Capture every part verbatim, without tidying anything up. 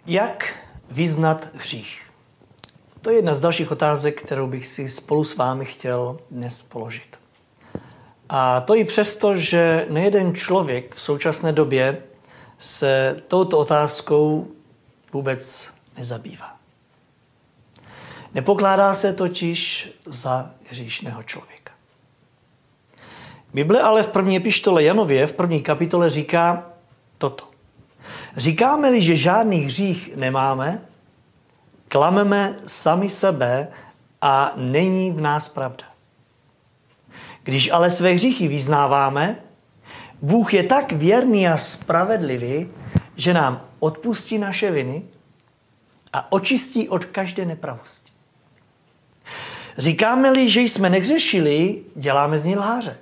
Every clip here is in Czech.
Jak vyznat hřích? To je jedna z dalších otázek, kterou bych si spolu s vámi chtěl dnes položit. A to i přesto, že nejeden člověk v současné době se touto otázkou vůbec nezabývá. Nepokládá se totiž za hříšného člověka. Bible ale v první epištole Janově, v první kapitole říká toto. Říkáme-li, že žádný hřích nemáme, klameme sami sebe a není v nás pravda. Když ale své hříchy vyznáváme, Bůh je tak věrný a spravedlivý, že nám odpustí naše viny a očistí od každé nepravosti. Říkáme-li, že jsme nehřešili, děláme z ní lháře.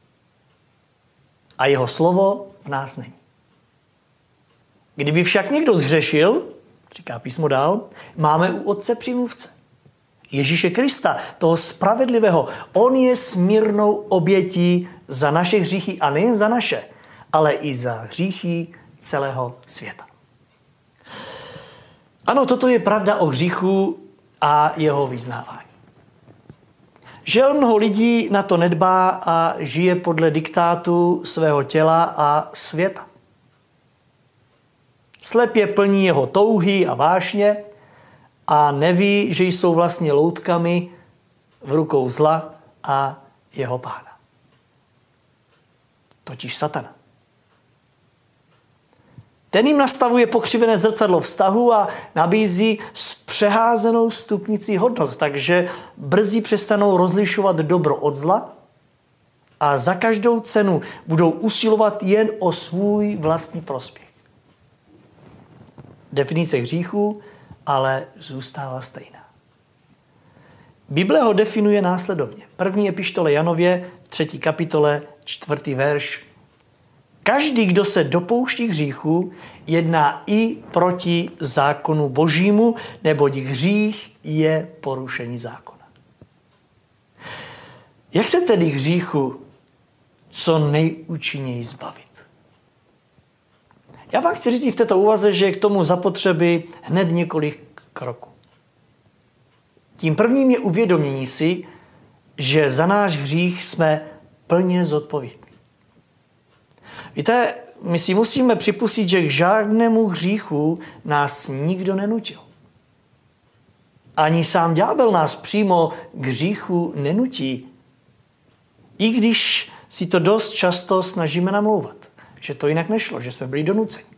A jeho slovo v nás není. Kdyby však někdo zhřešil, říká písmo dál, máme u Otce přímluvce. Ježíše Krista, toho spravedlivého. On je smírnou obětí za naše hříchy a nejen za naše, ale i za hříchy celého světa. Ano, toto je pravda o hříchu a jeho vyznávání. Žel mnoho lidí na to nedbá a žije podle diktátu svého těla a světa. Slepě plní jeho touhy a vášně a neví, že jsou vlastně loutkami v rukou zla a jeho pána. Totiž satana. Ten jim nastavuje pokřivené zrcadlo vztahu a nabízí zpřeházenou stupnici hodnot, takže brzy přestanou rozlišovat dobro od zla a za každou cenu budou usilovat jen o svůj vlastní prospěch. Definice hříchu ale zůstává stejná. Bible ho definuje následovně. První epištole Janově, třetí kapitole, čtvrtý verš. Každý, kdo se dopouští hříchu, jedná i proti zákonu Božímu, neboť hřích je porušení zákona. Jak se tedy hříchu co nejúčinněji zbavit? Já vám chci říct v této úvaze, že je k tomu zapotřebí hned několik kroků. Tím prvním je uvědomění si, že za náš hřích jsme plně zodpovědní. Víte, my si musíme připustit, že k žádnému hříchu nás nikdo nenutil. Ani sám ďábel nás přímo k hříchu nenutí, i když si to dost často snažíme namlouvat, že to jinak nešlo, že jsme byli donuceni.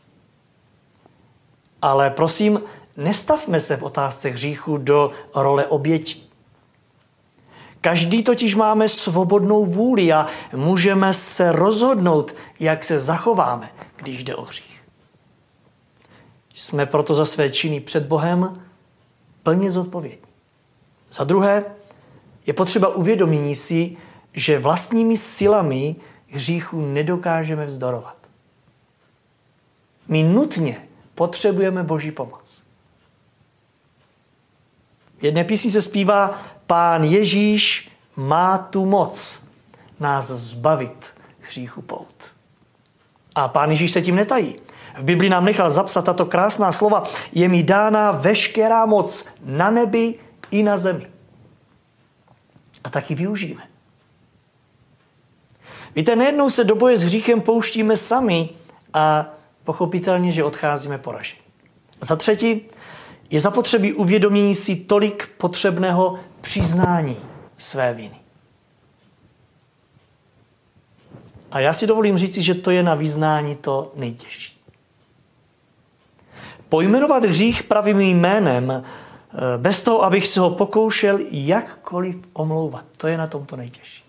Ale prosím, nestavme se v otázce hříchu do role oběti. Každý totiž máme svobodnou vůli a můžeme se rozhodnout, jak se zachováme, když jde o hřích. Jsme proto za své činy před Bohem plně zodpovědní. Za druhé, je potřeba uvědomění si, že vlastními silami hříchu nedokážeme vzdorovat. My nutně potřebujeme Boží pomoc. V jedné písni se zpívá: Pán Ježíš má tu moc nás zbavit hříchu pout. A Pán Ježíš se tím netají. V Bibli nám nechal zapsat tato krásná slova: je mi dána veškerá moc na nebi i na zemi. A taky využijeme. Víte, nejednou se do boje s hříchem pouštíme sami a pochopitelně, že odcházíme poraženi. Za třetí, je zapotřebí uvědomění si tolik potřebného přiznání své viny. A já si dovolím říci, že to je na vyznání to nejtěžší. Pojmenovat hřích pravým jménem, bez toho, abych se ho pokoušel jakkoliv omlouvat, to je na tom to nejtěžší.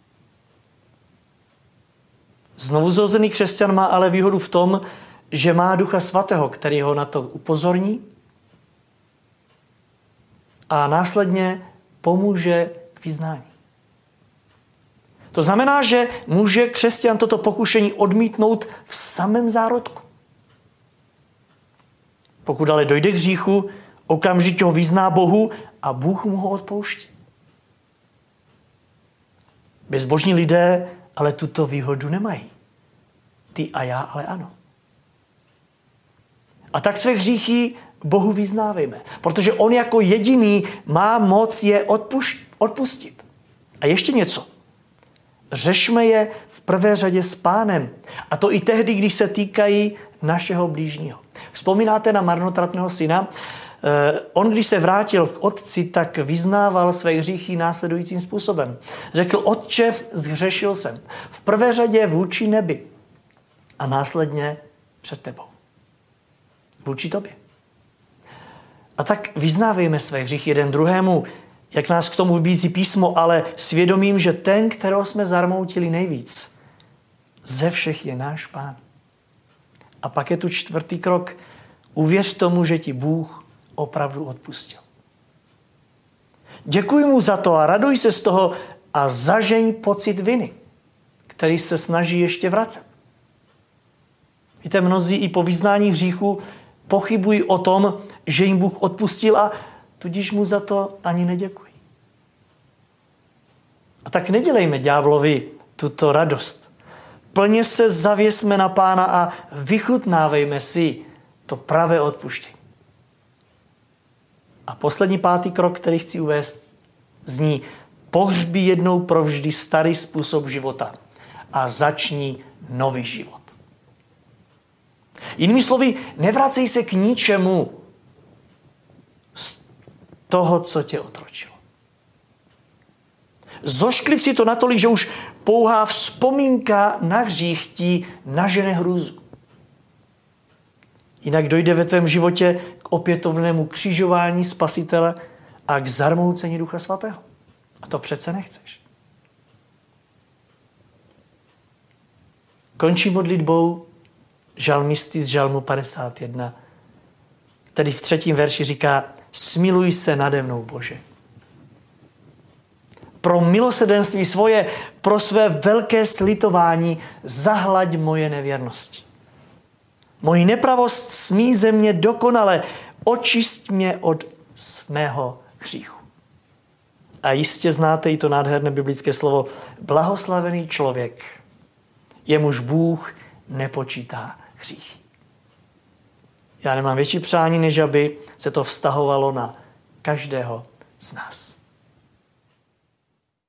Znovuzrozený křesťan má ale výhodu v tom, že má Ducha Svatého, který ho na to upozorní a následně pomůže k vyznání. To znamená, že může křesťan toto pokušení odmítnout v samém zárodku. Pokud ale dojde k hříchu, okamžitě ho vyzná Bohu a Bůh mu ho odpouští. Bezbožní lidé ale tuto výhodu nemají. Ty a já ale ano. A tak své hříchy Bohu vyznávejme, protože on jako jediný má moc je odpuš- odpustit. A ještě něco. Řešme je v prvé řadě s Pánem. A to i tehdy, když se týkají našeho blížního. Vzpomínáte na marnotratného syna? On, když se vrátil k otci, tak vyznával své hříchy následujícím způsobem. Řekl, otče, zhřešil jsem. V prvé řadě vůči nebi a následně před tebou. Vůči tobě. A tak vyznávejme své hříchy jeden druhému, jak nás k tomu vybízí písmo, ale svědomím, že ten, kterého jsme zarmoutili nejvíc, ze všech je náš Pán. A pak je tu čtvrtý krok. Uvěř tomu, že ti Bůh opravdu odpustil. Děkuj mu za to a raduj se z toho a zažeň pocit viny, který se snaží ještě vracet. Víte, mnozí i po vyznání hříchu pochybují o tom, že jim Bůh odpustil a tudíž mu za to ani neděkují. A tak nedělejme ďáblovi tuto radost. Plně se zavěsme na Pána a vychutnávejme si to pravé odpuštění. A poslední pátý krok, který chci uvést, zní: pohřbí jednou provždy starý způsob života a začni nový život. Jinými slovy, nevracej se k ničemu z toho, co tě otročilo. Zoškliv si to natolik, že už pouhá vzpomínka na hřích ti nažene hrůzu. Jinak dojde ve tvém životě k opětovnému křižování Spasitele a k zarmoucení Ducha Svatého. A to přece nechceš. Končí modlitbou žalmisty z žalmu padesát jedna, který v třetím verši říká: smiluj se nade mnou, Bože. Pro milosrdenství svoje, pro své velké slitování zahlaď moje nevěrnosti. Moji nepravost smí ze mě dokonale, očist mě od svého hříchu. A jistě znáte i to nádherné biblické slovo: blahoslavený člověk, jemuž Bůh nepočítá hříchy. Já nemám větší přání, než aby se to vztahovalo na každého z nás.